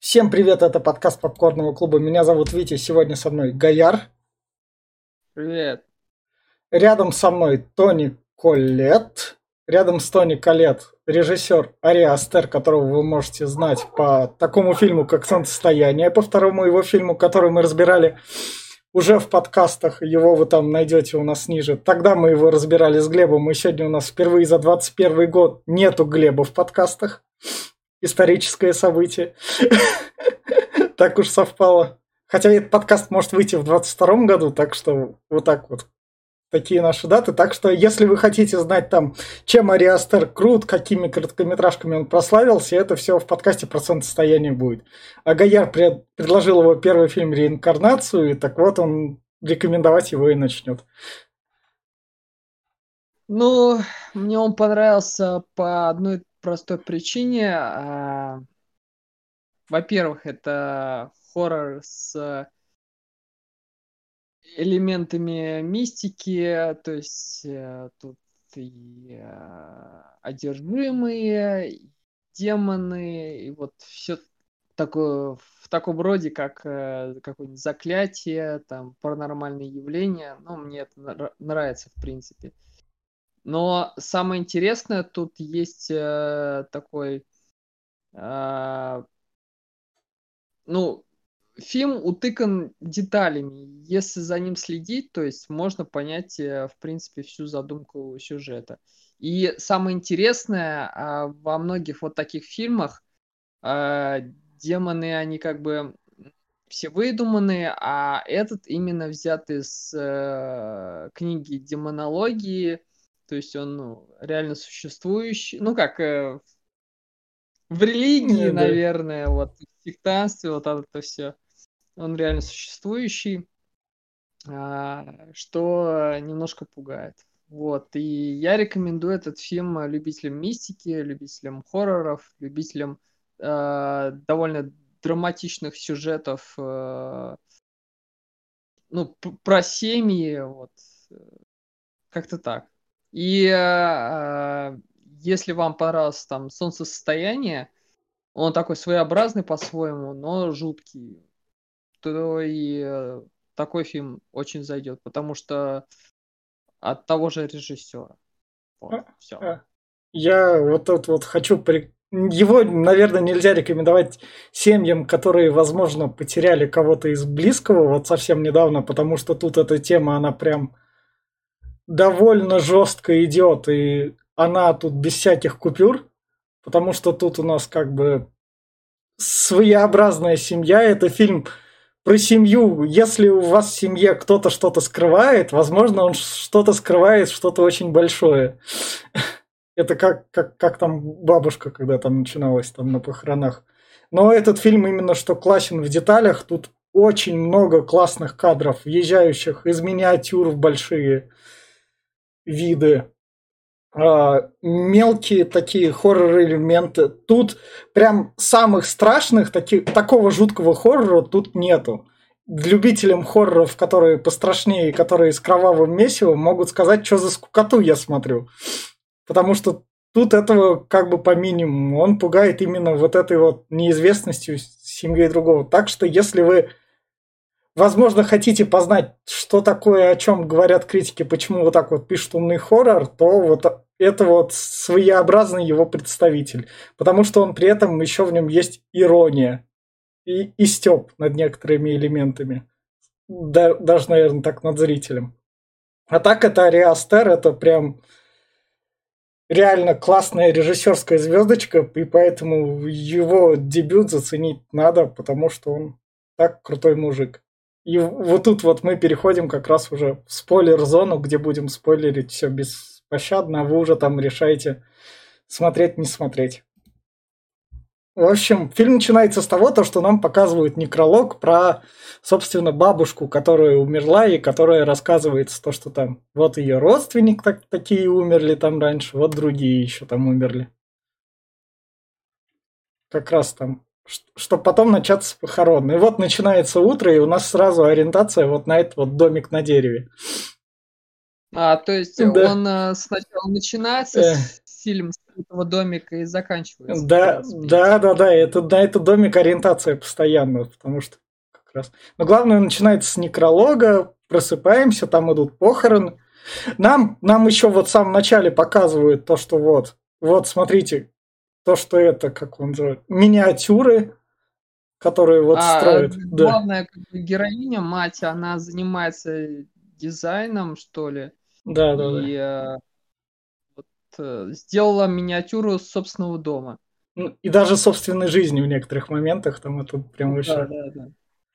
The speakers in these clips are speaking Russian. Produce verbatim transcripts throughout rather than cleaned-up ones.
Всем привет, это подкаст Попкорного клуба. Меня зовут Витя, сегодня со мной Гаяр. Привет. Рядом со мной Тони Коллетт. Рядом с Тони Коллетт режиссер Ари Астер, которого вы можете знать по такому фильму, как «Солнцестояние», по второму его фильму, который мы разбирали уже в подкастах. Его вы там найдете у нас ниже. Тогда мы его разбирали с Глебом, и сегодня у нас впервые за двадцать первый год нету Глеба в подкастах. Историческое событие. Так уж совпало. Хотя этот подкаст может выйти в двадцать втором году, так что вот так вот. Такие наши даты. Так что, если вы хотите знать там, чем Ари Астер крут, какими короткометражками он прославился, это все в подкасте про «Солнцестояние» будет. А Гаяр пред- предложил его первый фильм «Реинкарнацию», и так вот он рекомендовать его и начнет. Ну, мне он понравился по одной простой причине. А, Во-первых, это хоррор с элементами мистики, то есть э, тут и э, одержимые, и демоны, и вот все такое в таком роде, как э, какое-нибудь заклятие, там паранормальные явления. Ну, мне это нра- нравится, в принципе. Но самое интересное, тут есть э, такой, э, ну, фильм утыкан деталями. Если за ним следить, то есть можно понять, э, в принципе, всю задумку сюжета. И самое интересное, а, во многих вот таких фильмах а, демоны, они как бы все выдуманные, а этот именно взят из э, книги демонологии, то есть он ну, реально существующий, ну как э, в религии, Не, да. наверное, вот в сектантстве, вот это все, он реально существующий, а, что немножко пугает. Вот, и я рекомендую этот фильм любителям мистики, любителям хорроров, любителям э, довольно драматичных сюжетов, э, ну, п- про семьи, вот, э, как-то так. И э, э, если вам понравилось там «Солнцестояние», он такой своеобразный по-своему, но жуткий, то и э, такой фильм очень зайдет, потому что от того же режиссера. Вот, А, все. а. Я вот тут вот хочу... при- Его, наверное, нельзя рекомендовать семьям, которые, возможно, потеряли кого-то из близкого вот совсем недавно, потому что тут эта тема, она прям довольно жестко идет, и она тут без всяких купюр, потому что тут у нас как бы своеобразная семья. Это фильм про семью. Если у вас в семье кто-то что-то скрывает, возможно, он что-то скрывает, что-то очень большое. Это как, как, как там бабушка, когда там начиналась там на похоронах. Но этот фильм именно что классен в деталях. Тут очень много классных кадров, въезжающих из миниатюр в большие виды. А, мелкие такие хоррор-элементы. Тут прям самых страшных, таки, такого жуткого хоррора тут нету. Любителям хорроров, которые пострашнее, которые с кровавым месивом, могут сказать, что за скукоту я смотрю. Потому что тут этого как бы по минимуму. Он пугает именно вот этой вот неизвестностью семьи другого. Так что если вы, возможно, хотите познать, что такое, о чем говорят критики, почему вот так вот пишут умный хоррор, то вот это вот своеобразный его представитель. Потому что он при этом еще в нем есть ирония и, и стёб над некоторыми элементами. Да, даже, наверное, так над зрителем. А так это Ари Астер, это прям реально классная режиссерская звездочка, и поэтому его дебют заценить надо, потому что он так крутой мужик. И вот тут вот мы переходим как раз уже в спойлер-зону, где будем спойлерить все беспощадно, а вы уже там решаете смотреть, не смотреть. В общем, фильм начинается с того, то, что нам показывают некролог про, собственно, бабушку, которая умерла и которая рассказывает то, что там вот ее родственник так, такие умерли там раньше, вот другие еще там умерли. Как раз там, чтобы потом начаться с похорон. И вот начинается утро, и у нас сразу ориентация вот на этот вот домик на дереве. А, то есть Да. он э, сначала начинается Э, с фильм с этого домика и заканчивается. Да, да, да, да, это, на этот домик ориентация постоянно, потому что как раз... Но главное, начинается с некролога, просыпаемся, там идут похороны. Нам, нам еще вот в самом начале показывают то, что вот, вот, смотрите, то, что это, как он называет, миниатюры, которые вот А строят. Да, главная как бы, героиня, мать, она занимается дизайном, что ли, да, да, да. и э, вот, э, сделала миниатюру собственного дома. Ну, и даже собственной жизни в некоторых моментах, там это прям Да, вообще... да, да.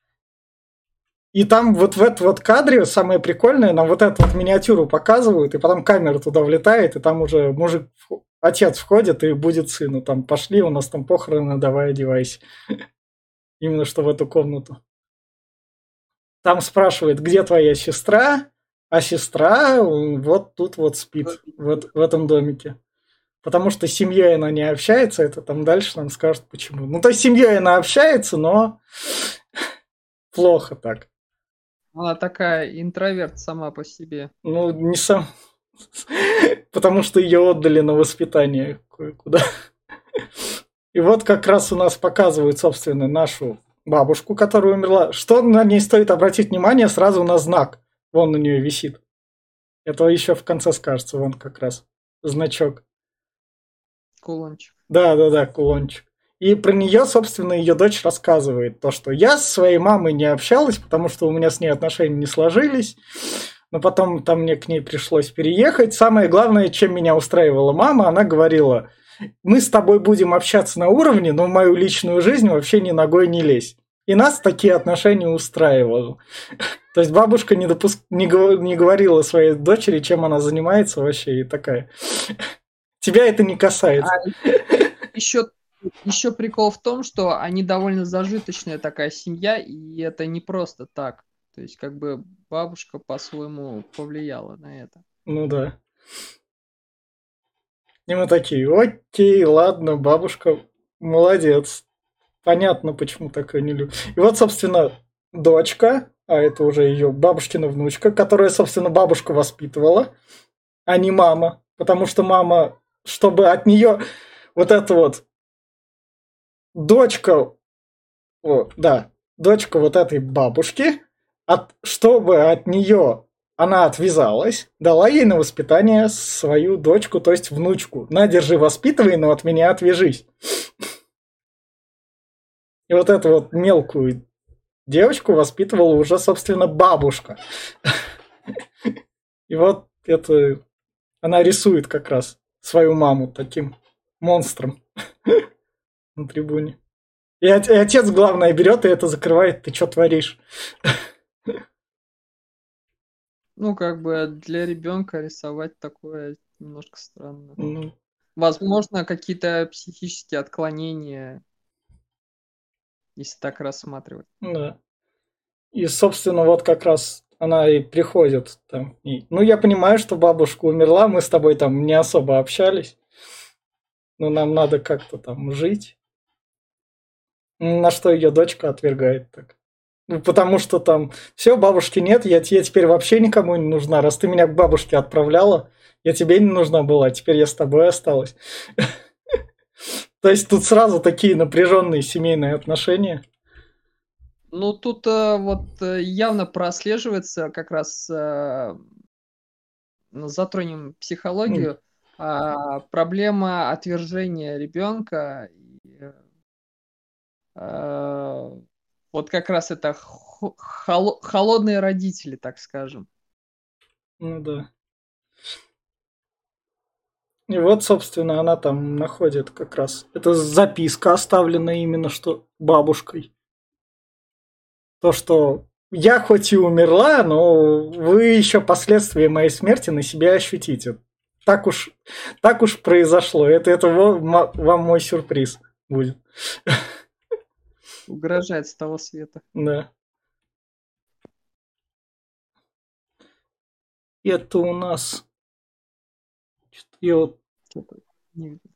И там вот в этом вот кадре самое прикольное, нам вот эту вот миниатюру показывают, и потом камера туда влетает, и там уже мужик, вх- отец входит и будет сыну. Там пошли, у нас там похороны, давай одевайся. Именно что в эту комнату. Там спрашивает, где твоя сестра, а сестра м, вот тут вот спит, вот в этом домике. Потому что с семьей она не общается, это там дальше нам скажут почему. Ну, то есть с семьей она общается, но плохо так. Она такая интроверт сама по себе. Ну, не сам. Потому что ее отдали на воспитание кое-куда. И вот как раз у нас показывают, собственно, нашу бабушку, которая умерла. Что на ней стоит обратить внимание, сразу на знак. Вон на нее висит. Это еще в конце скажется, вон как раз значок. Кулончик. Да, да, да, кулончик. И про нее, собственно, ее дочь рассказывает. То, что я с своей мамой не общалась, потому что у меня с ней отношения не сложились. Но потом там мне к ней пришлось переехать. Самое главное, чем меня устраивала мама, она говорила, мы с тобой будем общаться на уровне, но в мою личную жизнь вообще ни ногой не лезь. И нас такие отношения устраивали. То есть бабушка не, допуск... не, гов... не говорила своей дочери, чем она занимается вообще, и такая. Тебя это не касается. А еще, еще прикол в том, что они довольно зажиточная такая семья, и это не просто так. То есть, как бы бабушка по-своему повлияла на это. Ну да. И мы такие, окей, ладно, бабушка молодец. Понятно, почему такое не любит. И вот, собственно, дочка, а это уже ее бабушкина внучка, которая, собственно, бабушку воспитывала, а не мама. Потому что мама, чтобы от нее вот это вот дочка, вот, да, дочка вот этой бабушки, от, чтобы от нее она отвязалась, дала ей на воспитание свою дочку, то есть внучку. На, держи, воспитывай, но от меня отвяжись. И вот эту вот мелкую девочку воспитывала уже, собственно, бабушка. И вот это она рисует как раз свою маму таким монстром на трибуне. И отец, главное, берет и это закрывает. Ты что творишь? Ну, как бы для ребенка рисовать такое немножко странно. Ну, Возможно, какие-то психические отклонения, если так рассматривать. да. И, собственно, вот как раз она и приходит там. И, ну, я понимаю, что бабушка умерла, мы с тобой там не особо общались. Но нам надо как-то там жить. На что ее дочка отвергает так. Ну, потому что там все, бабушки нет, я тебе теперь вообще никому не нужна. Раз ты меня к бабушке отправляла, я тебе не нужна была, теперь я с тобой осталась. То есть тут сразу такие напряженные семейные отношения. Ну, тут э, вот э, явно прослеживается как раз, э, ну, затронем психологию, а, проблема отвержения ребенка. И, э, вот как раз это хо- холо- холодные родители, так скажем. Ну да. И вот, собственно, она там находит как раз. Это записка, оставленная именно что бабушкой. То, что я хоть и умерла, но вы еще последствия моей смерти на себе ощутите. Так уж, так уж произошло. Это, это во- вам мой сюрприз будет. Угрожает с того света. Да. Это у нас... Я вот... Что-то не видно.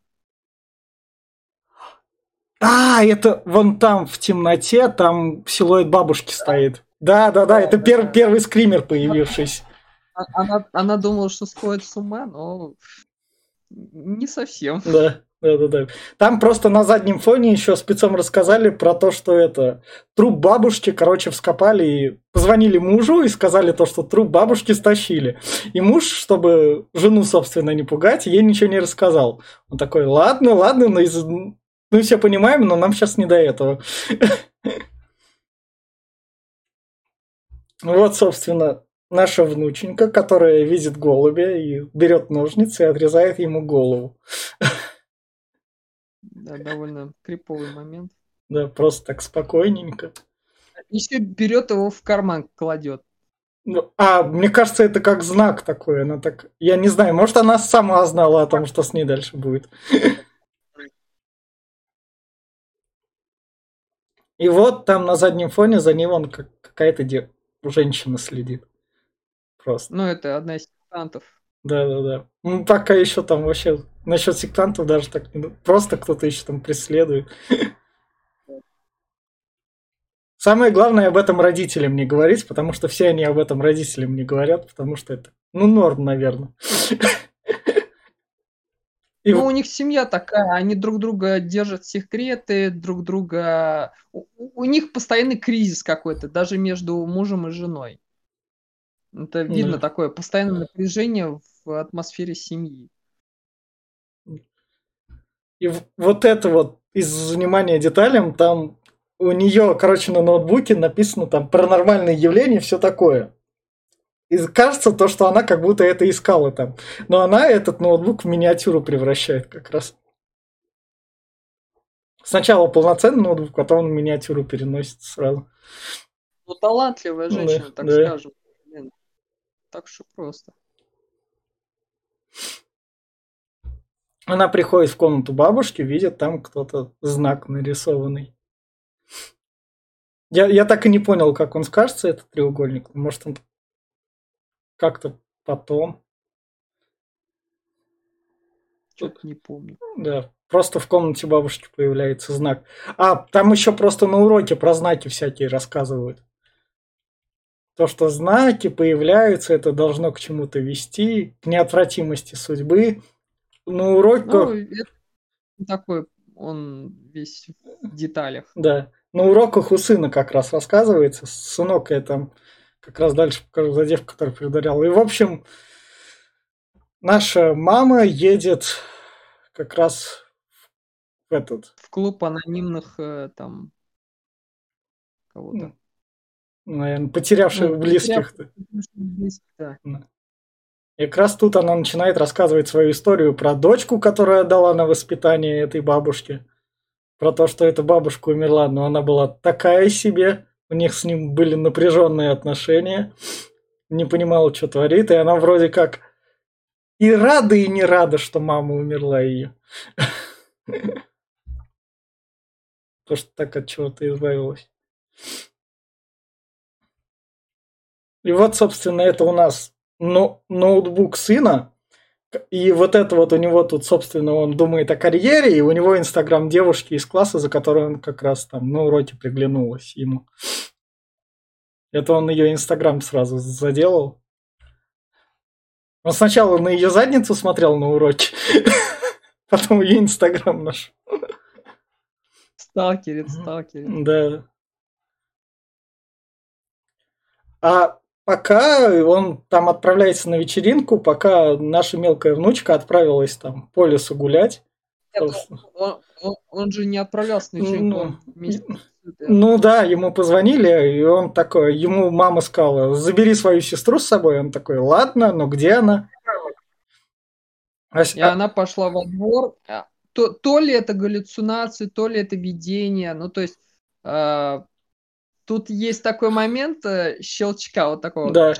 А, это вон там в темноте, там силуэт бабушки стоит. Да, да, да, это пер- первый скример появившийся. А- Она, она думала, что сходит с ума, но Не совсем. Да, да, да, да. Там просто на заднем фоне еще спецом рассказали про то, что это труп бабушки, короче, вскопали и позвонили мужу и сказали то, что труп бабушки стащили. И муж, чтобы жену, собственно, не пугать, ей ничего не рассказал. Он такой, ладно, ладно, но из... мы все понимаем, но нам сейчас не до этого. Вот, собственно, наша внученька, которая видит голубя и берет ножницы и отрезает ему голову. Да, довольно криповый момент. Да, просто так спокойненько. Еще берет его в карман, кладет. Ну, а, мне кажется, это как знак такой. Она так. Я не знаю, может, она сама знала о том, что с ней дальше будет. И вот там на заднем фоне за ним он как какая-то де... женщина следит. Просто. Ну, это одна из сектантов. Да, да, да. Ну, пока еще там вообще насчет сектантов даже так не... Просто кто-то еще там преследует. Самое главное об этом родителям не говорить, потому что все они об этом родителям не говорят, потому что это, ну, норм, наверное. И... Ну, у них семья такая, они друг друга держат секреты, друг друга... У, у них постоянный кризис какой-то, даже между мужем и женой. Это видно, да. Такое постоянное напряжение в атмосфере семьи. И вот это вот из внимания деталям, там у нее, короче, на ноутбуке написано там паранормальные явления, все такое. И кажется то, что она как будто это искала там. Но она этот ноутбук в миниатюру превращает как раз. Сначала полноценный ноутбук, потом он в миниатюру переносит сразу. Ну, талантливая женщина, да, так да. скажем. Блин, так что просто. Она приходит в комнату бабушки, видит там кто-то знак нарисованный. Я, я так и не понял, как он скажется, этот треугольник. Может, он как-то потом. Что-то не помню. Да, просто в комнате бабушки появляется знак. А, там еще просто на уроке про знаки всякие рассказывают. То, что знаки появляются, это должно к чему-то вести, к неотвратимости судьбы. На уроках... Ну, это такой, он весь в деталях. Да. На уроках у сына как раз рассказывается. Сынок, я там как раз дальше покажу за девку, которая предваряла. И, в общем, наша мама едет как раз в этот... В клуб анонимных там кого-то. Наверное, потерявших ну, близких. близких да. И как раз тут она начинает рассказывать свою историю про дочку, которая дала на воспитание этой бабушке. Про то, что эта бабушка умерла, но она была такая себе. У них с ним были напряженные отношения. Не понимала, что творит. И она вроде как и рада, и не рада, что мама умерла ее. То, что так от чего-то избавилась. И вот, собственно, это у нас ноутбук сына. И вот это вот у него тут, собственно, он думает о карьере, и у него инстаграм девушки из класса, за которой он как раз там на уроке приглянулась ему. Это он ее инстаграм сразу заделал. Он сначала на ее задницу смотрел на уроке, потом ее инстаграм нашел. Сталкерит, сталкерит. Да. А пока он там отправляется на вечеринку, пока наша мелкая внучка отправилась там по лесу гулять. Нет, он, он, он же не отправлялся на вечеринку, он вместе. Ну да, ему позвонили, и он такой, ему мама сказала, забери свою сестру с собой. Он такой, ладно, но где она? И а... она пошла во двор. То, то ли это галлюцинации, то ли это видение. Ну, то есть э, тут есть такой момент э, щелчка вот такого. Да.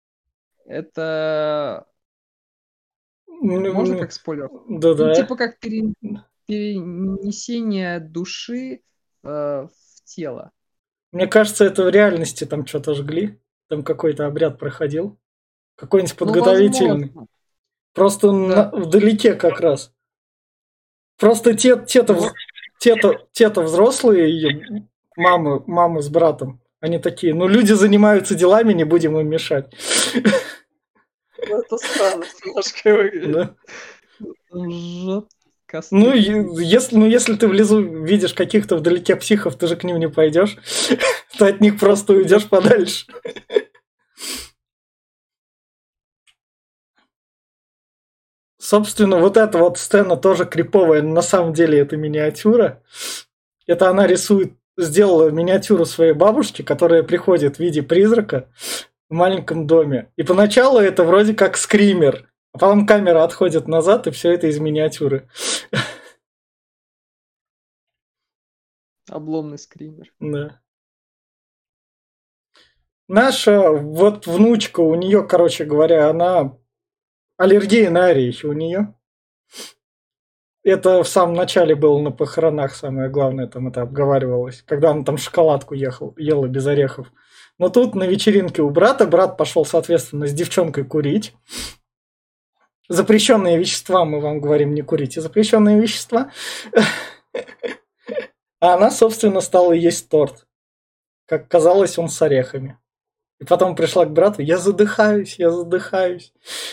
Это ну, можно как спойлер? Да, да. Ну, типа как пере... перенесение души э, в тело. Мне кажется, это в реальности там что-то жгли. Там какой-то обряд проходил. Какой-нибудь подготовительный. Ну, Просто да. на, вдалеке как раз. Просто те, те-то, ну. те-то, те-то взрослые, ее мамы, мамы с братом, они такие, ну люди занимаются делами, не будем им мешать. Ну, это странно немножко выглядит. Да. Жестко Ну, стыдно. е- если, ну, если ты в лесу видишь каких-то вдалеке психов, ты же к ним не пойдешь. Ты от них просто уйдешь подальше. Собственно, вот эта вот сцена тоже криповая. На самом деле это миниатюра. Это она рисует, сделала миниатюру своей бабушки, которая приходит в виде призрака в маленьком доме. И поначалу это вроде как скример. А потом камера отходит назад, и все это из миниатюры. Обломный скример. Да. Наша вот внучка, у нее, короче говоря, она аллергия на орехи у нее. Это в самом начале было на похоронах, самое главное, там это обговаривалось, когда он там шоколадку ехал, ела без орехов. Но тут на вечеринке у брата, брат пошел, соответственно, с девчонкой курить. Запрещенные вещества, мы вам говорим, не курите запрещенные вещества. А она, собственно, стала есть торт. Как казалось, он с орехами. И потом пришла к брату, я задыхаюсь, я задыхаюсь.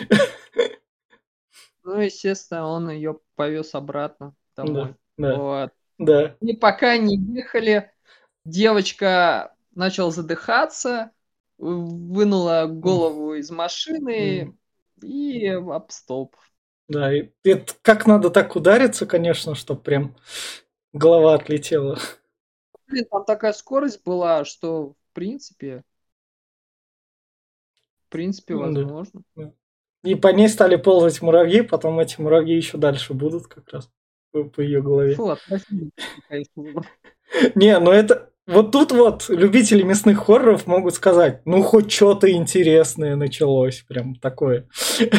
Ну, естественно, он ее повез обратно домой. Да, да, Вот. да. И пока они ехали, девочка начала задыхаться, вынула голову из машины и об столб. Да, и это как надо так удариться, конечно, чтобы прям голова отлетела. Блин, там такая скорость была, что в принципе, в принципе, Да. возможно. И по ней стали ползать муравьи, потом эти муравьи еще дальше будут как раз по, по ее голове. Фу, отвратительно, конечно, выбор. Не, ну это... Вот тут вот любители мясных хорроров могут сказать, ну хоть что-то интересное началось, прям такое.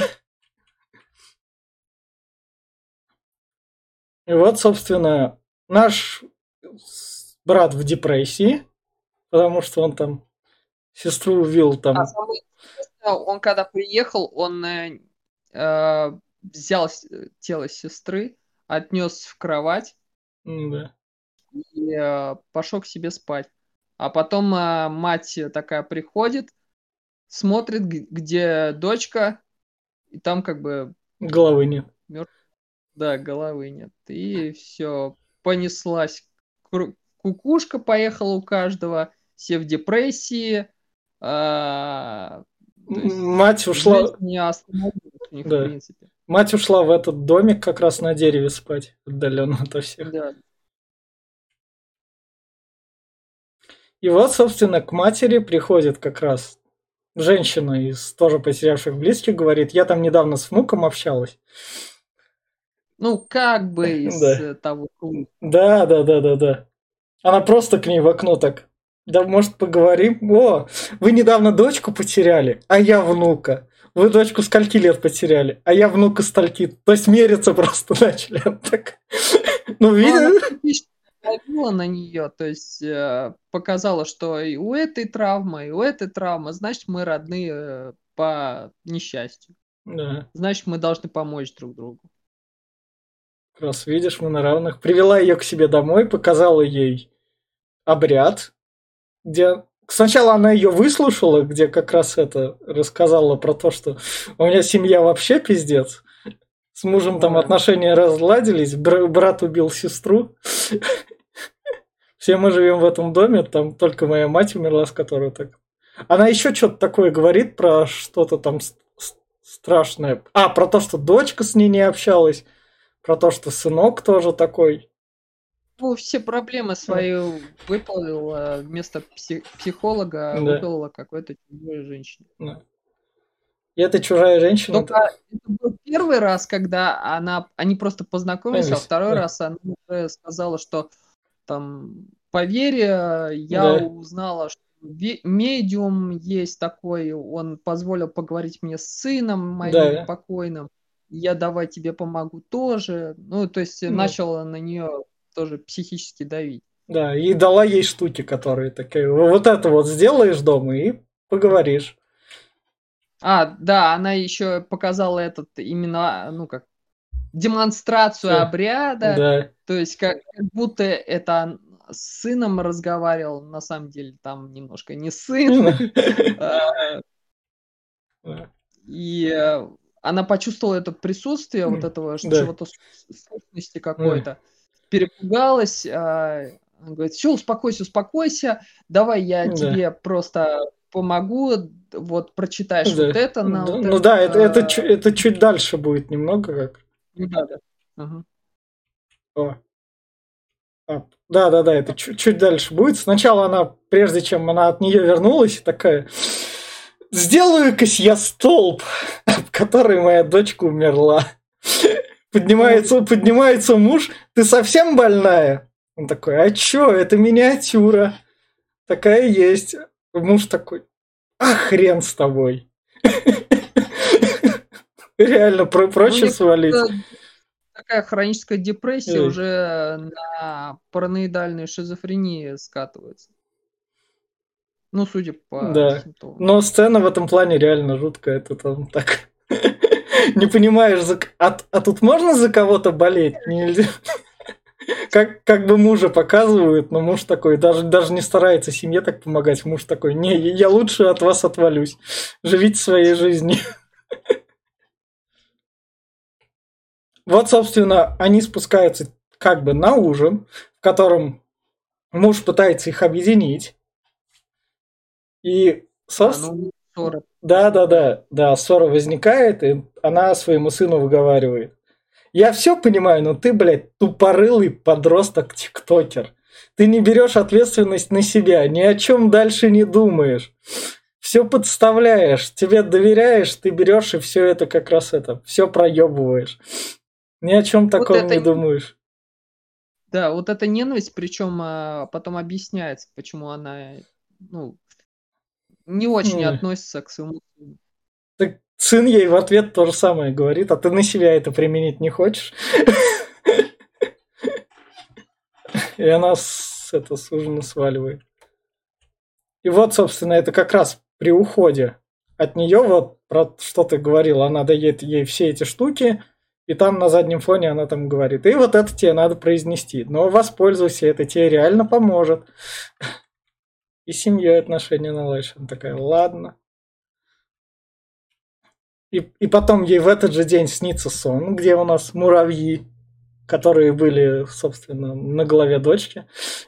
И вот, собственно, наш брат в депрессии, потому что он там сестру увел там. А самое интересное, он когда приехал, он э, э, взял с- тело сестры, отнес в кровать М, Да. и э, пошел к себе спать. А потом э, мать такая приходит, смотрит, г- где дочка, и там как бы Головы нет. мертв... да, головы нет. И все, понеслась. Кру- Кукушка поехала у каждого, все в депрессии. а, То есть Мать жизнь ушла... не остановилась у них, в Да. принципе. Мать ушла в этот домик как раз на дереве спать, отдаленно ото всех. Да. И вот, собственно, к матери приходит как раз женщина из тоже потерявших близких, говорит, я там недавно с внуком общалась. Ну, как бы из Да. э, того клуба. Да, да, да, да, да. Она просто к ней в окно так. Да, может, поговорим? О, вы недавно дочку потеряли, а я внука. Вы дочку скольки лет потеряли, а я внука стольки. То есть мериться просто начали. Так. Ну, Но она видишь? типично давила на нее, то есть э, показала, что и у этой травмы, и у этой травмы, значит, мы родные э, по несчастью. Да, Значит, мы должны помочь друг другу. как раз видишь, мы на равных. Привела ее к себе домой, показала ей обряд, где сначала она ее выслушала, где как раз это рассказала про то, что у меня семья вообще пиздец. С мужем там Да. отношения разладились, бр- брат убил сестру. Все мы живем в этом доме, там только моя мать умерла, с которой так. Она еще что-то такое говорит про что-то там с- с- страшное. А, про то, что дочка с ней не общалась, про то, что сынок тоже такой. Ну, все проблемы свои выплавила вместо пси- психолога, Да. выплавила какой-то чужой женщине. Да. И эта чужая женщина... Только это был первый раз, когда она, они просто познакомились, а Познакомились, второй да. раз она уже сказала, что там, поверь, э, я Да. узнала, что ве- медиум есть такой, он позволил поговорить мне с сыном моим Да. покойным, я давай тебе помогу тоже. Ну, то есть Ну. начала на нее тоже психически давить. Да, и дала ей штуки, которые такие, вот это вот сделаешь дома и поговоришь. А, да, она еще показала этот именно, ну как, демонстрацию Да. обряда, Да. то есть как, как будто это с сыном разговаривал, на самом деле там немножко не сын. А, Да. И э, она почувствовала это присутствие М, вот этого ш- Да, чего-то с- сущности да, какой-то, перепугалась, а, она говорит, все, успокойся, успокойся, давай я да, тебе просто помогу, д- вот прочитаешь вот да. это на Да. вот Ну этот, да, это, это, чу- а, это чуть дальше будет немного как. ну да, да. Ага. О, а, да, да, да, это чуть, чуть дальше будет. Сначала она, прежде чем она от нее вернулась, такая: сделаю-ка я столб, об который моя дочка умерла. Поднимается, поднимается муж: ты совсем больная? Он такой: а чё, это миниатюра. Такая есть. Муж такой: а хрен с тобой. Реально про- Ну, проще мне свалить. кажется, такая хроническая депрессия Эй, уже на параноидальную шизофрению скатывается. Ну, судя по да. симптомам. Но сцена в этом плане реально жуткая. Это там так. Не понимаешь, за... а, а тут можно за кого-то болеть? Нельзя. Как, как бы мужа показывают, но муж такой, даже, даже не старается семье так помогать. Муж такой: не, я лучше от вас отвалюсь. Живите своей жизнью. Вот, собственно, они спускаются как бы на ужин, в котором муж пытается их объединить. И, А, собственно, ну, ссора да, да, возникает. да, да, ссора возникает, и она своему сыну выговаривает: я все понимаю, но ты, блядь, тупорылый подросток-тиктокер. Ты не берешь ответственность на себя, ни о чем дальше не думаешь. Все подставляешь, тебе доверяешь, ты берешь и все это как раз это, все проебываешь. Ни о чем Вот таком это, не думаешь. да, вот эта ненависть, причем а, потом объясняется, почему она, ну, не очень М. относится к своему сыну. Так сын ей в ответ то же самое говорит: а ты на себя это применить не хочешь? И она с, это, с ужина сваливает. И вот, собственно, это как раз при уходе от нее, вот про что ты говорил, она дает ей все эти штуки, и там на заднем фоне она там говорит: и вот это тебе надо произнести, но воспользуйся, это тебе реально поможет. И с семьей отношения наладишь. Она такая: ладно. И, и потом ей в этот же день снится сон, где у нас муравьи, которые были, собственно, на голове дочки.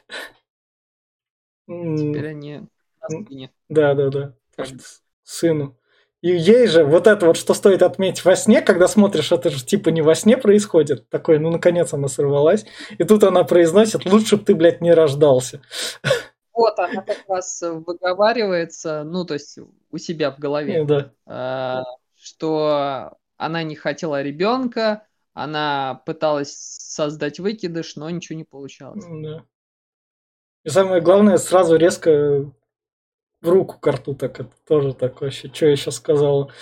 Теперь М, они на м, сыне, Да, да, да. То, как что бы. с- сыну. И ей же вот это вот, что стоит отметить во сне, когда смотришь, это же типа не во сне происходит. Такой, ну, наконец она сорвалась. И тут она произносит: лучше бы ты, блядь, не рождался. Вот она как раз э, выговаривается, ну, то есть у себя в И голове, да, а, что она не хотела ребенка, она пыталась создать выкидыш, но ничего не получалось. да. И самое главное, сразу резко в руку к рту, так это тоже так вообще. Что я сейчас сказал?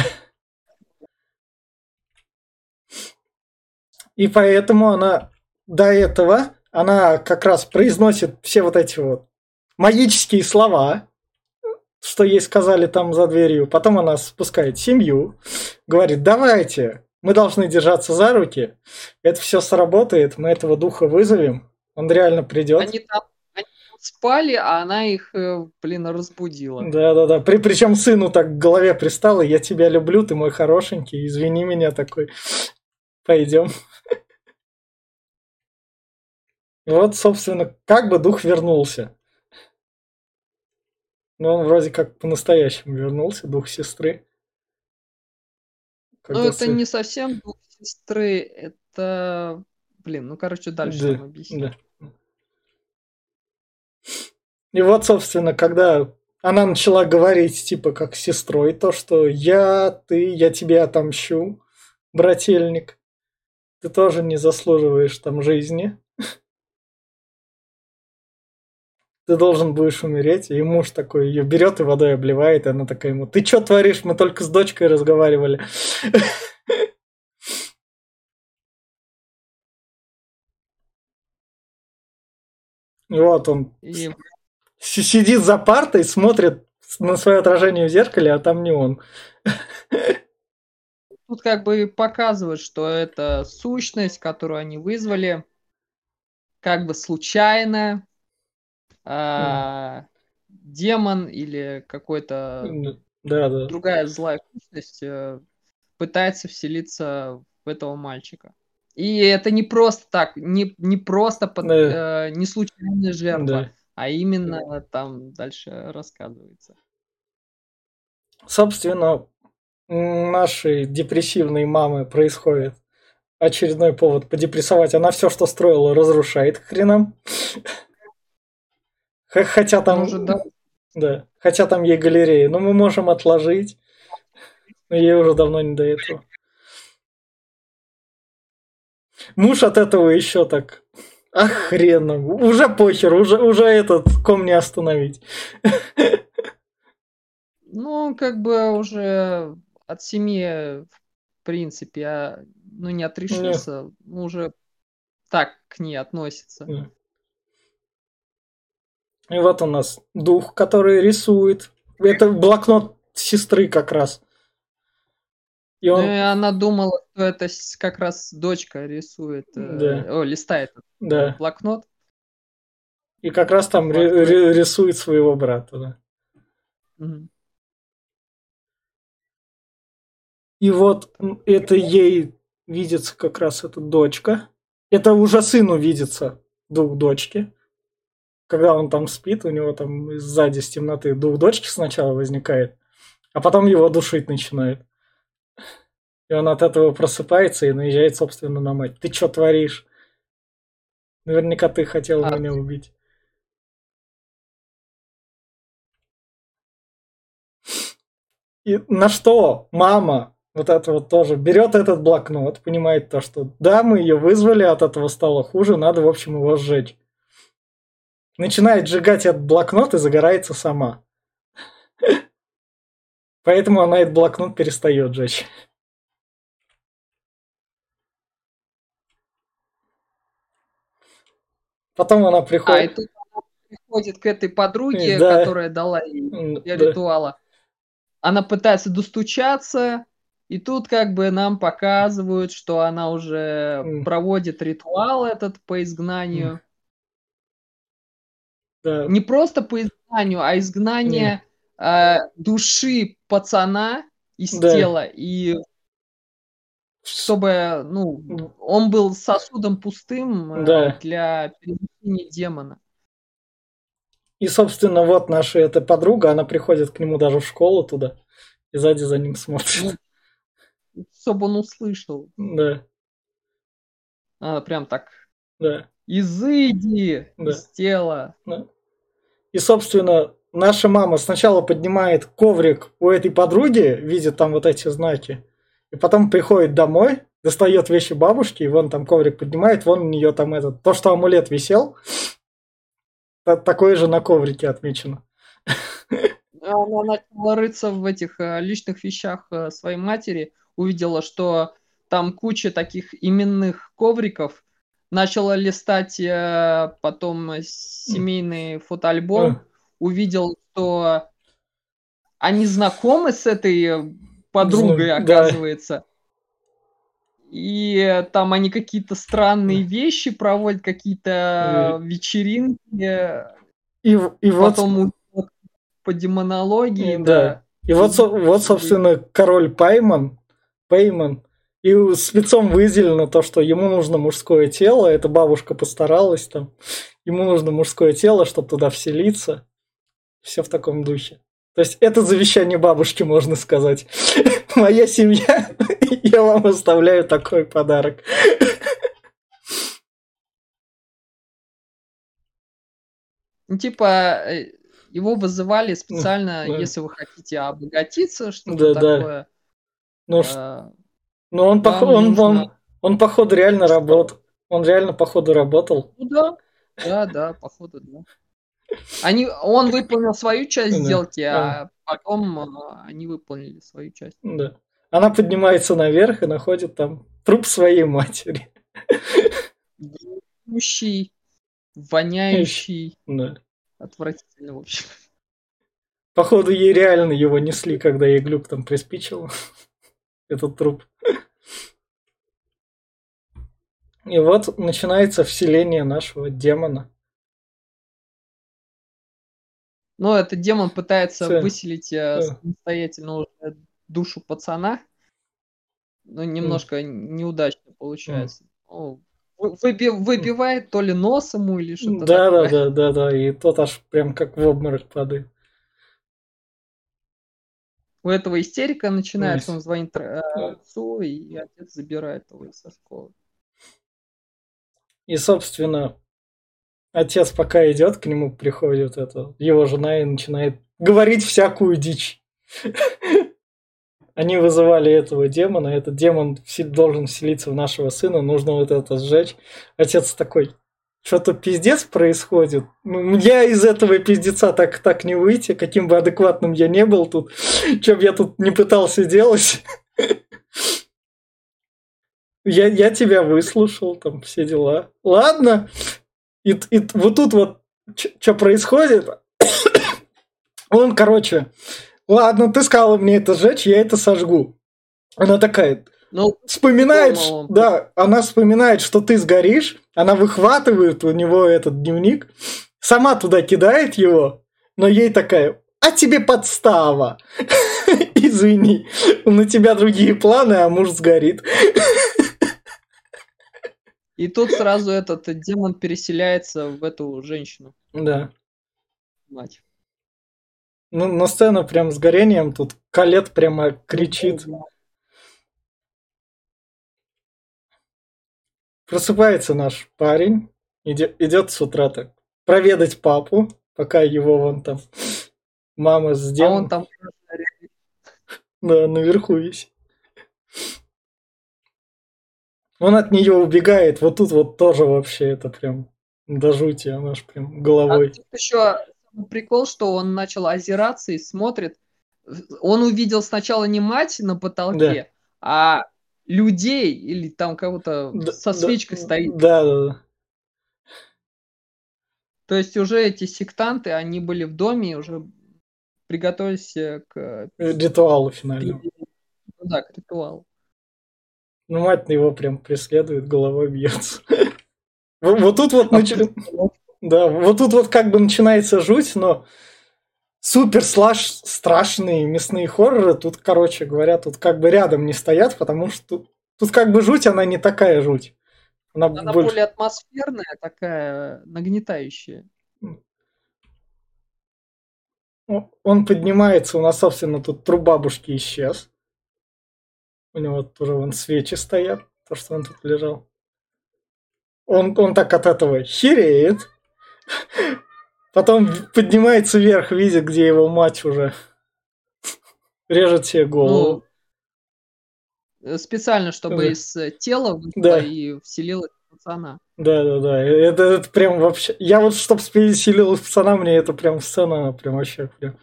И поэтому она до этого, она как раз произносит все вот эти вот магические слова, что ей сказали там за дверью. Потом она спускает семью, говорит: давайте, мы должны держаться за руки, это все сработает, мы этого духа вызовем, он реально придет. Они там, они там спали, а она их, э, блин, разбудила. Да-да-да. При, причем сыну так к голове пристало: я тебя люблю, ты мой хорошенький, извини меня, такой, пойдем. И вот, собственно, как бы дух вернулся. Но он вроде как по-настоящему вернулся, дух сестры. Но Когда это сы... не совсем дух сестры, это, блин, ну, короче, дальше Да, там объясню. да. И вот, собственно, когда она начала говорить, типа, как с сестрой, то, что я, ты, я тебе отомщу, брательник, ты тоже не заслуживаешь там жизни, ты должен будешь умереть. И муж такой ее берет и водой обливает, и она такая ему: ты что творишь, мы только с дочкой разговаривали. И вот он И сидит за партой, смотрит на свое отражение в зеркале, а там не он. тут как бы показывают, что это сущность, которую они вызвали, как бы случайно, а, демон или какой-то Да, да. другая злая сущность, э, пытается вселиться в этого мальчика. И это не просто так, не, не просто под, Да, э, не случайная жертва, да. а именно там дальше рассказывается. Собственно, у нашей депрессивной мамы происходит очередной повод подепрессовать. Она все, что строила, разрушает к хренам. Х- Хотя Ну, уже там, да. да, хотя там ей галерея, но мы можем отложить. Но ей уже давно не до этого. Муж от этого еще так, ах, хрен, уже похер, уже, уже этот ком не остановить. Ну, как бы уже от семьи, в принципе, а, ну, не Не, отрешился, ну, уже так к ней относится. не. И вот у нас дух, который рисует. Это блокнот сестры как раз. И Ну, и он, она думала, что это с- как раз дочка рисует, да, э, о, листает этот, э, да. блокнот. И как раз По там ри- факту это. ри- рисует своего брата, да. Мгм. И вот Так. м, это ей видится как раз эта дочка. Это уже сыну видится дух дочки. Когда он там спит, у него там сзади с темноты дух дочки сначала возникает, а потом его душить начинает. И он от этого просыпается и наезжает, собственно, на мать. Ты что творишь? Наверняка ты хотел А, меня убить. И на что мама вот это вот тоже берет этот блокнот, понимает то, что да, мы ее вызвали, от этого стало хуже, надо, в общем, его сжечь. Начинает сжигать этот блокнот и загорается сама. Поэтому она этот блокнот перестает сжечь. Потом она а, и приходит... тут она приходит к этой подруге, Да, которая дала ей для да, ритуала. Она пытается достучаться, и тут как бы нам показывают, что она уже проводит ритуал этот по изгнанию. да, Не просто по изгнанию, а изгнание не, э, души пацана из да, тела, и чтобы, ну, он был сосудом пустым э, да. для перемещения демона. И, собственно, вот наша эта подруга, она приходит к нему даже в школу туда, и сзади за ним смотрит. Ну, чтобы он услышал. Да, Она прям так: да, изыди да, из тела. да. И, собственно, наша мама сначала поднимает коврик у этой подруги, видит там вот эти знаки, и потом приходит домой, достает вещи бабушки, и вон там коврик поднимает, вон у нее там этот, то, что амулет висел, та- такое же на коврике отмечено. Она начала рыться в этих э, личных вещах э, своей матери, увидела, что там куча таких именных ковриков, начала листать э, потом э, семейный фотоальбом, А, увидел, что они знакомы с этой э, зна- подругой, Да, оказывается, и э, там они какие-то странные вещи проводят, какие-то и, вечеринки, э, и, в- и вот, потом увидел по демонологии, да, да, и вот, со- увидел, вот, что вы. собственно, король Пайман, Пейман, и у- спецом выделено то, что ему нужно мужское тело, эта бабушка постаралась там, ему нужно мужское тело, чтобы туда вселиться, все в таком духе. То есть это завещание бабушки, можно сказать. Моя семья, я вам оставляю такой подарок. Ну, типа, э, его вызывали специально, Да, если вы хотите обогатиться, что-то да, да. такое, Ну, ш- э, ну он, пох- вам он, нужно. он, он, походу, реально работал. Он реально, походу, работал. Ну да, да, да, походу, да. Они, он выполнил свою часть Да. сделки, А, а потом э, они выполнили свою часть. да. Она поднимается наверх и находит там труп своей матери. Гниющий, воняющий, Да. отвратительно, в общем. Походу, ей реально его несли, когда ей глюк там приспичил. Этот труп. И вот начинается вселение нашего демона. Но этот демон пытается Ц- выселить э, э, самостоятельно уже душу пацана. ну, немножко неудачно получается. Ну, вы- выби- выбивает то ли нос ему или что-то Да, да, такое. да, да, да. И тот аж прям как в обморок падает. У этого истерика начинается, Ой. он звонит э, Э, отцу, и отец забирает его со школы. И, собственно, отец пока идет, к нему приходит это, его жена и начинает говорить всякую дичь. Они вызывали этого демона, этот демон все- должен вселиться в нашего сына, нужно вот это сжечь. Отец такой, что-то пиздец происходит. Ну, я из этого пиздеца так, так не выйти, каким бы адекватным я не был тут, чем я тут не пытался делать. Я, я тебя выслушал, там все дела. Ладно. И, и вот тут вот что происходит. Он, короче, ладно, ты сказала мне это сжечь, я это сожгу. Она такая, Ну, вспоминает, думал он. да, она вспоминает, что ты сгоришь, она выхватывает у него этот дневник, сама туда кидает его, но ей такая, а тебе подстава. Извини, на тебя другие планы, а муж сгорит. И тут сразу этот демон переселяется в эту женщину, Да. мать. Ну, на сцену прям с горением, тут Калет прямо кричит. Ну, Просыпается наш парень, иде- идет с утра так проведать папу, пока его вон там мама с А он демоном, там да, наверху висит. Он от нее убегает, вот тут вот тоже вообще это прям до жути, она ж прям А головой. тут еще прикол, что он начал озираться и смотрит. Он увидел сначала не мать на потолке, а людей или там кого-то Да, со да, свечкой стоит. да, да, да. То есть уже эти сектанты, они были в доме и уже приготовились э, к, Ритуалу финальному. ну да, к ритуалу. Ну, мать на его прям преследует, головой бьется. Вот вот тут вот А нач- да, вот тут вот как бы начинается жуть, но супер слаш страшные мясные хорроры тут, короче говоря, тут как бы рядом не стоят, потому что тут, тут как бы жуть, она не такая жуть. Она Она больше... более атмосферная, такая нагнетающая. О, Он поднимается, у нас, собственно, тут труп бабушки исчез. У него тоже вон свечи стоят, то, что он тут лежал. Он, он так от этого хереет. Потом поднимается вверх, видит, где его мать уже режет себе голову. Ну, э, специально, чтобы Да. из э, тела вышло Да. и вселилось в пацана. Да, да, да. Это, это прям вообще. Я вот чтоб переселил пацана, мне это прям сцена, она прям вообще прям.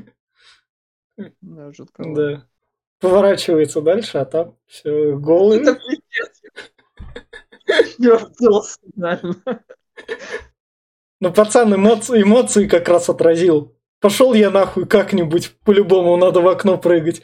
Да, жутковато. Да. Поворачивается дальше, а там все голый. Это пиздец. Я вдался, реально. Ну, пацан эмоции, эмоции как раз отразил. Пошел я нахуй как-нибудь, по-любому надо в окно прыгать.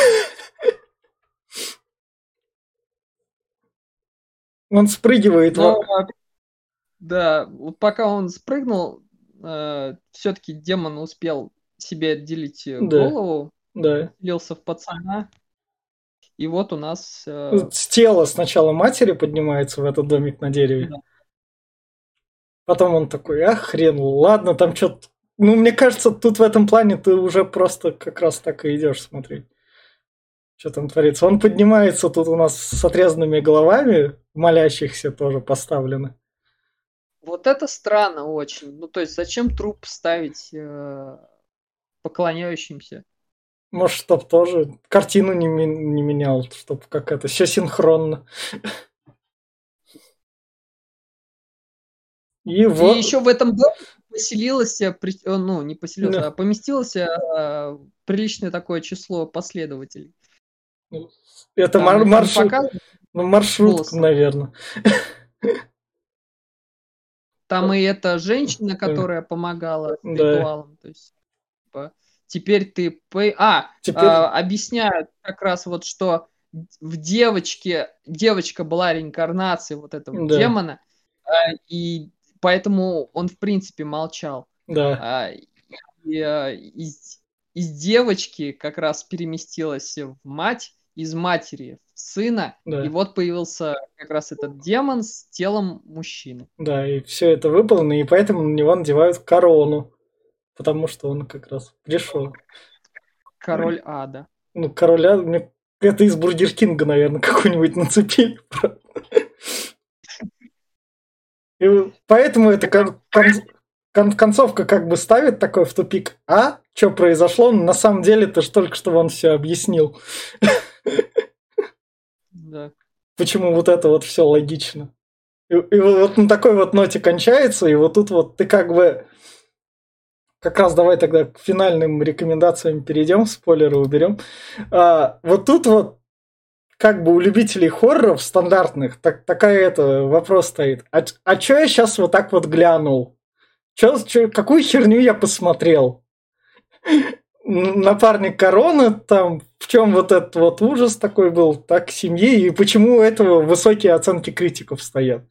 Он спрыгивает. Но, во- да, вот пока он спрыгнул, э, все-таки демон успел себе отделить э, Да. голову, Да. вселился в пацана, и вот у нас... э, С тела сначала матери поднимается в этот домик на дереве. Да. Потом он такой, ах, хрен, ладно, там что-то... Ну, мне кажется, тут в этом плане ты уже просто как раз так и идешь смотреть, что там творится. Он поднимается, тут у нас с отрезанными головами, молящихся тоже поставлены. Вот это странно очень. Ну, то есть, зачем труп ставить э, поклоняющимся? Может, чтоб тоже картину не, ми- не менял, чтобы как это, все синхронно. И И вот... еще в этом доме поселилось, э, при- э, ну, не поселилось, Да. а поместилось э, приличное такое число последователей. Это Там мар- их не маршрут, показывают ну, маршрутка, голосом. наверное. Там и эта женщина, которая помогала с Да. ритуалом. То есть, типа, теперь ты... по- А, Теперь... а, объясняют как раз вот, что в девочке... Девочка была реинкарнацией вот этого Да. демона, а, и поэтому он, в принципе, молчал. Да. А, и, а, из, из девочки как раз переместилась в мать, из матери в сына, Да. и вот появился как раз этот демон с телом мужчины. Да, и все это выполнено, и поэтому на него надевают корону, потому что он как раз пришел. Король ада. Ну, короля, мне- это из Бургер Кинга, наверное, какой-нибудь нацепили. И поэтому это кон- кон- кон- концовка как бы ставит такой в тупик. А? Что произошло? На самом деле ты же только что вам все объяснил. Да. Почему вот это вот все логично. И, и вот на такой вот ноте кончается, и вот тут вот ты как бы... Как раз давай тогда к финальным рекомендациям перейдем, спойлеры уберем. А, вот тут вот как бы у любителей хорроров стандартных так, такая это вопрос стоит. А, а чё я сейчас вот так вот глянул? Чё, чё, какую херню я посмотрел? Напарник Короны, там, в чем вот этот вот ужас такой был, так, семьи, и почему у этого высокие оценки критиков стоят.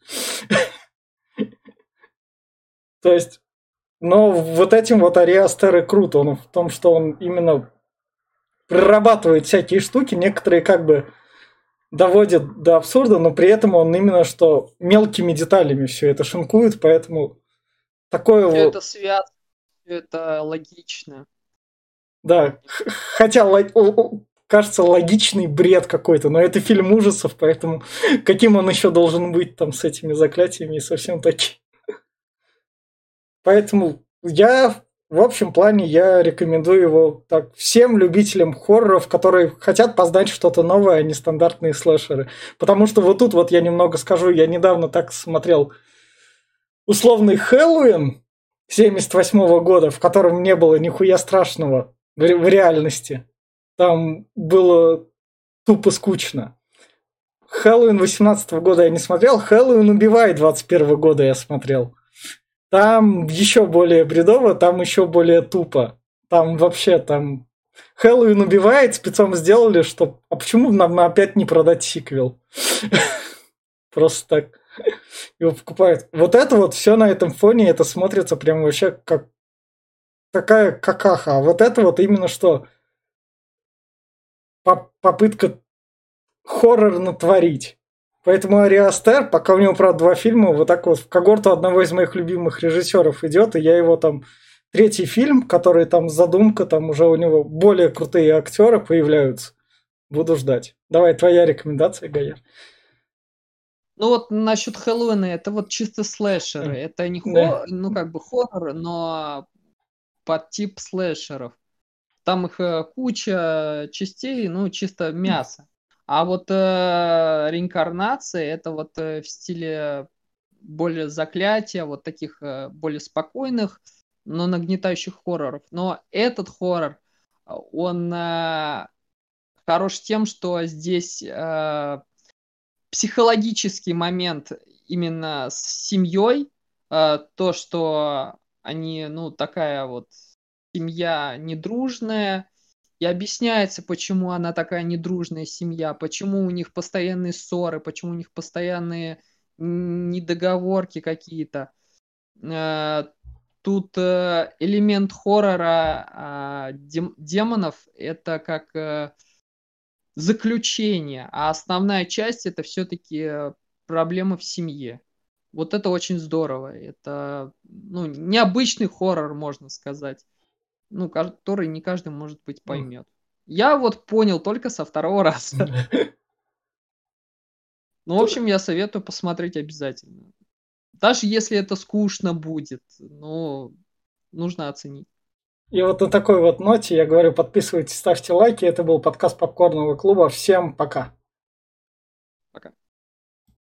То есть, но вот этим вот Ари Астер и крут, он в том, что он именно прорабатывает всякие штуки, некоторые как бы доводят до абсурда, но при этом он именно что мелкими деталями все это шинкует, поэтому такое Все вот... это связано, все это логично. Да, хотя кажется логичный бред какой-то, но это фильм ужасов, поэтому каким он еще должен быть там с этими заклятиями и совсем таким. Поэтому я в общем плане я рекомендую его так всем любителям хорроров, которые хотят познать что-то новое, а не стандартные слэшеры. Потому что вот тут вот я немного скажу, я недавно так смотрел условный Хэллоуин семьдесят восьмого года, в котором не было нихуя страшного в, ре- в реальности. Там было тупо скучно. Хэллоуин восемнадцатого года я не смотрел, Хэллоуин убивает двадцать первого года я смотрел. Там еще более бредово, там еще более тупо. Там вообще там... Хэллоуин убивает, спецом сделали, что... А почему нам опять не продать сиквел? Просто так его покупают. Вот это вот все на этом фоне, это смотрится прям вообще как такая какаха. А вот это вот именно что попытка хоррор натворить. Поэтому Ари Астер, пока у него, правда, два фильма, вот так вот в когорту одного из моих любимых режиссеров идет, и я его там третий фильм, который там задумка, там уже у него более крутые актеры появляются. Буду ждать. Давай, твоя рекомендация, Гаяр. Ну вот насчет Хэллоуина, это вот чисто слэшеры. Это не Да. хо, ну как бы хоррор, но под тип слэшеров. Там их э, куча частей, ну чисто мясо. А вот э, реинкарнация это вот э, в стиле более заклятия, вот таких э, более спокойных, но нагнетающих хорроров. Но этот хоррор, он э, хорош тем, что здесь э, психологический момент именно с семьей, э, то, что они, ну, такая вот семья недружная, и объясняется, почему она такая недружная семья, почему у них постоянные ссоры, почему у них постоянные недоговорки какие-то. Э, Тут э, элемент хоррора э, дем- демонов это как э, заключение, а основная часть это все-таки проблемы в семье. Вот это очень здорово. Это ну, необычный хоррор, можно сказать. Ну, который не каждый, может быть, поймет. Я вот понял только со второго раза. Ну, в общем, я советую посмотреть обязательно. Даже если это скучно будет, но нужно оценить. И вот на такой вот ноте я говорю, подписывайтесь, ставьте лайки. Это был подкаст Попкорного клуба. Всем пока. Пока.